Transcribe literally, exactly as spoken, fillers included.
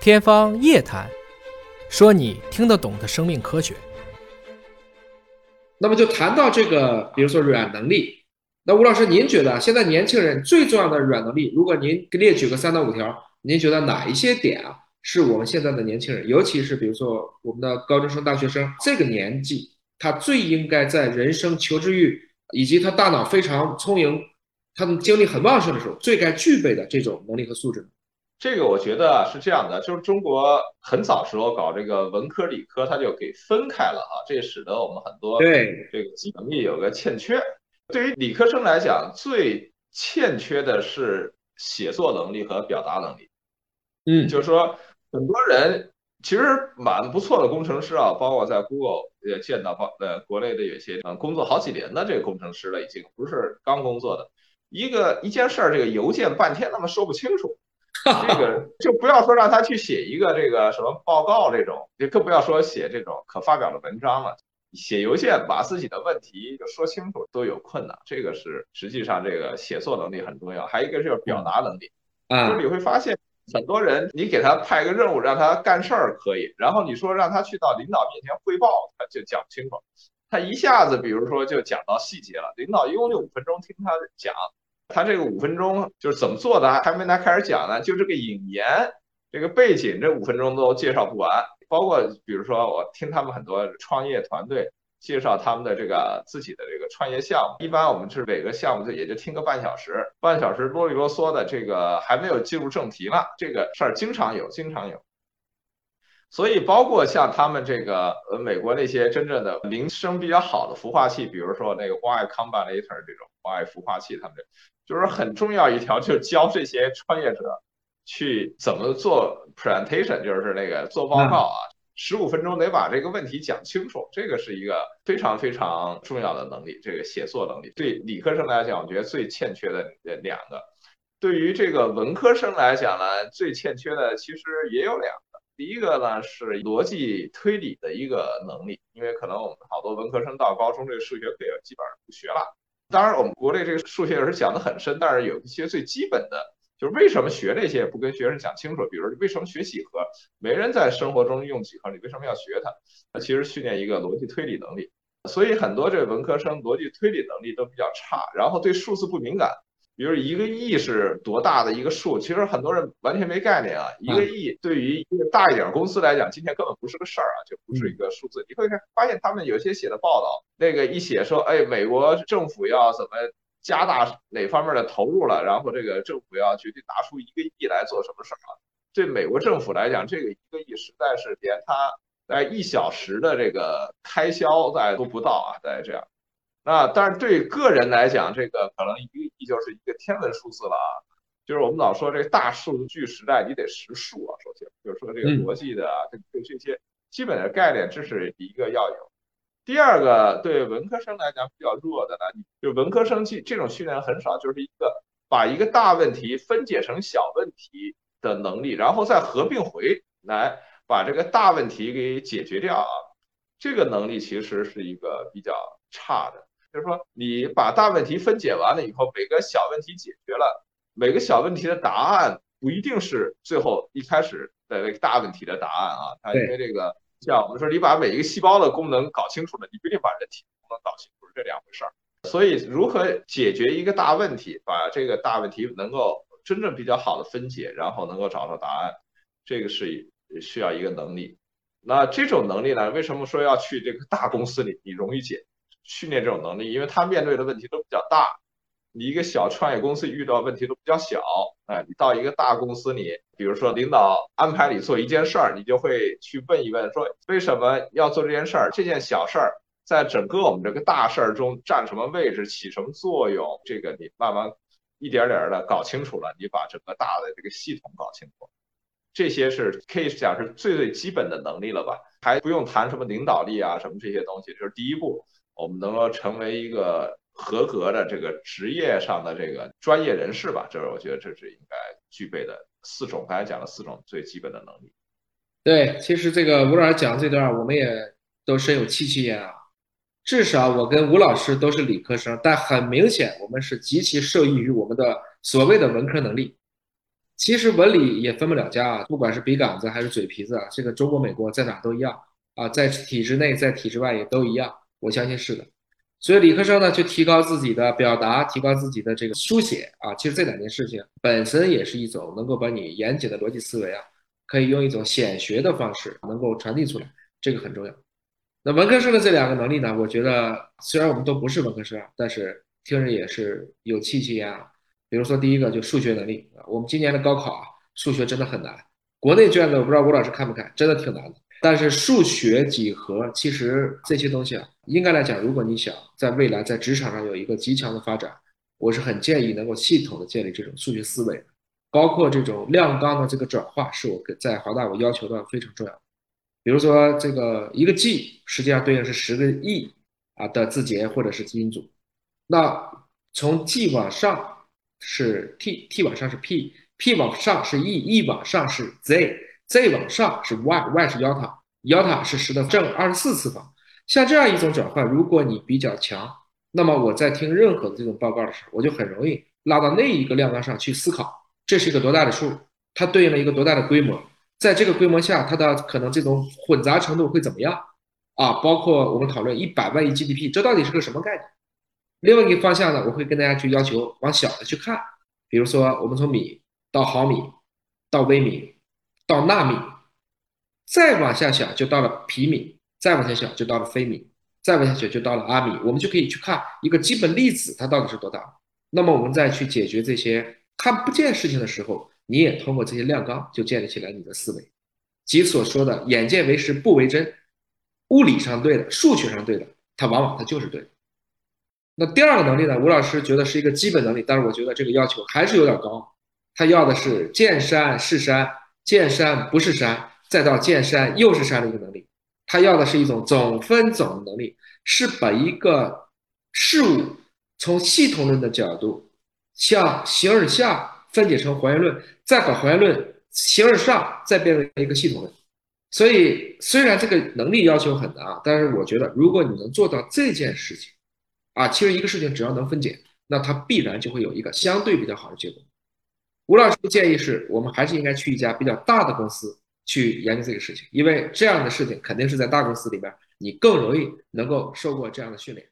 天方夜谭，说你听得懂的生命科学。 那么就谈到这个，比如说软能力，那吴老师，您觉得现在年轻人最重要的软能力，如果您列举个三到五条，您觉得哪一些点啊，是我们现在的年轻人，尤其是比如说我们的高中生、大学生这个年纪，他最应该在人生求知欲以及他大脑非常聪颖，他们精力很旺盛的时候，最该具备的这种能力和素质？ 这个我觉得是这样的，就是中国很早时候搞这个文科理科，它就给分开了哈，这也使得我们很多对， 这个基本能力有个欠缺。对于理科生来讲，最欠缺的是写作能力和表达能力。 嗯， 就是说，很多人其实蛮不错的工程师啊，包括在 Google 也见到，包呃国内的有些嗯工作好几年的这个工程师了，已经不是刚工作的。一个一件事儿，这个邮件半天他们说不清楚。这个就不要说让他去写一个这个什么报告这种，就更不要说写这种可发表的文章了。写邮件把自己的问题就说清楚都有困难，这个是实际上这个写作能力很重要。还有一个就是表达能力，就是啊， 你会发现很多人，你给他派个任务让他干事儿可以，然后你说让他去到领导面前汇报，他就讲不清楚。他一下子比如说就讲到细节了，领导一共就五分钟听他讲。他这个五分钟就是怎么做的，还没来开始讲呢，就这个引言、这个背景，这五分钟都介绍不完。包括比如说，我听他们很多创业团队介绍他们的这个自己的这个创业项目，一般我们是每个项目就也就听个半小时，半小时啰里啰嗦的，这个还没有进入正题呢，这个事儿经常有，经常有。所以包括像他们这个呃美国那些真正的名声比较好的孵化器，比如说那个 Y Combinator 这种 Y 孵化器，他们这就是很重要一条，就是教这些创业者去怎么做 presentation，就是那个做报告啊， 啊，十五分钟得把这个问题讲清楚，这个是一个非常非常重要的能力，这个写作能力对理科生来讲，我觉得最欠缺的两个。对于这个文科生来讲呢，最欠缺的其实也有两个。第一个呢是逻辑推理的一个能力，因为可能我们好多文科生到高中这个数学课也基本上不学了。当然，我们国内这个数学也是讲的很深，但是有一些最基本的，就是为什么学这些也不跟学生讲清楚。比如为什么学几何，没人在生活中用几何，你为什么要学它？那其实训练一个逻辑推理能力。所以很多这个文科生逻辑推理能力都比较差，然后对数字不敏感。比如一个亿是多大的一个数，其实很多人完全没概念啊。一个啊， 亿对于一个大一点公司来讲，今天根本不是个事儿啊，就不是一嗯， 个数字。你会发现他们有些写的报道，那个一写说，哎，美国政府要怎么加大哪方面的投入了，然后这个政府要决定拿出一个亿来做什么事儿啊？对美国政府来讲，这个一个亿实在是连他在一小时的这个开销在都不到啊，在这样。那但是对个人来讲，这个可能一个亿就是一个天文数字了啊。就是我们老说这个大数据时代，你得识数啊。首先就是说这个嗯， 逻辑的啊，对这些基本的概念知识，第一个要有。第二个对文科生来讲比较弱的呢，就文科生这这种训练很少，就是一个把一个大问题分解成小问题的能力，然后再合并回来把这个大问题给解决掉啊。这个能力其实是一个比较差的。就是说，你把大问题分解完了以后，每个小问题解决了，每个小问题的答案不一定是最后一开始的那个大问题的答案啊。它因为对， 这个，像我们说，你把每一个细胞的功能搞清楚了，你不一定把人体的功能搞清楚，是这两回事儿。所以，如何解决一个大问题，把这个大问题能够真正比较好的分解，然后能够找到答案，这个是需要一个能力。那这种能力呢，为什么说要去这个大公司里，你容易解训练这种能力？因为他面对的问题都比较大，你一个小创业公司遇到问题都比较小，哎，你到一个大公司里，比如说领导安排你做一件事儿，你就会去问一问，说为什么要做这件事儿？这件小事儿在整个我们这个大事儿中占什么位置，起什么作用？这个你慢慢一点点的搞清楚了，你把整个大的这个系统搞清楚。这些是可以讲是最最基本的能力了吧，还不用谈什么领导力啊，什么这些东西，就是第一步，我们能够成为一个合格的这个职业上的这个专业人士吧，这是我觉得这是应该具备的四种，刚才讲了四种最基本的能力。 对，其实这个吴老师讲这段，我们也都深有戚戚焉啊。至少我跟吴老师都是理科生，但很明显我们是极其受益于我们的所谓的文科能力。 其实文理也分不了家啊，不管是笔杆子还是嘴皮子啊，这个中国、美国在哪都一样啊，在体制内、在体制外也都一样，我相信是的。所以理科生呢，去提高自己的表达，提高自己的这个书写啊，其实这两件事情本身也是一种能够把你严谨的逻辑思维啊，可以用一种显学的方式能够传递出来，这个很重要。那文科生的这两个能力呢，我觉得虽然我们都不是文科生啊，但是听着也是有戚戚焉啊。比如说第一个就数学能力啊，我们今年的高考啊，数学真的很难。国内卷子我不知道吴老师看不看，真的挺难的。但是数学、几何，其实这些东西啊，应该来讲，如果你想在未来在职场上有一个极强的发展，我是很建议能够系统的建立这种数学思维的，包括这种量纲的这个转化，是我在华大我要求的非常重要的。比如说这个一个 G 实际上对应是十个 E 啊的字节或者是基因组，那从 G 往上是 T，T 往上是 P，P 往上是 E，E 往上是 Z，Z 往上是 Y，Y 是 Iota，Iota 是十的正二十四次方。像这样一种转换，如果你比较强，那么我在听任何的这种报告的时候，我就很容易拉到那一个量纲上去思考，这是一个多大的数，它对应了一个多大的规模，在这个规模下，它的可能这种混杂程度会怎么样啊？包括我们讨论一百万亿 G D P，这到底是个什么概念？另外一个方向呢，我会跟大家去要求往小的去看，比如说我们从米到毫米，到微米，到纳米，再往下小就到了皮米，再往下小就到了非米，再往下小就到了阿米，我们就可以去看一个基本粒子它到底是多大。那么我们再去解决这些看不见事情的时候，你也通过这些量纲就建立起来你的思维。即所说的眼见为实不为真，物理上对的，数学上对的，它往往它就是对的。那第二个能力呢，吴老师觉得是一个基本能力，但是我觉得这个要求还是有点高。他要的是见山是山，见山不是山，再到见山又是山的一个能力。他要的是一种总分总的能力，是把一个事物从系统论的角度向形而下分解成还原论，再把还原论形而上再变为一个系统论。所以虽然这个能力要求很难啊，但是我觉得如果你能做到这件事情啊，其实一个事情只要能分解，那它必然就会有一个相对比较好的结果。吴老师的建议是我们还是应该去一家比较大的公司去研究这个事情，因为这样的事情肯定是在大公司里边，你更容易能够受过这样的训练。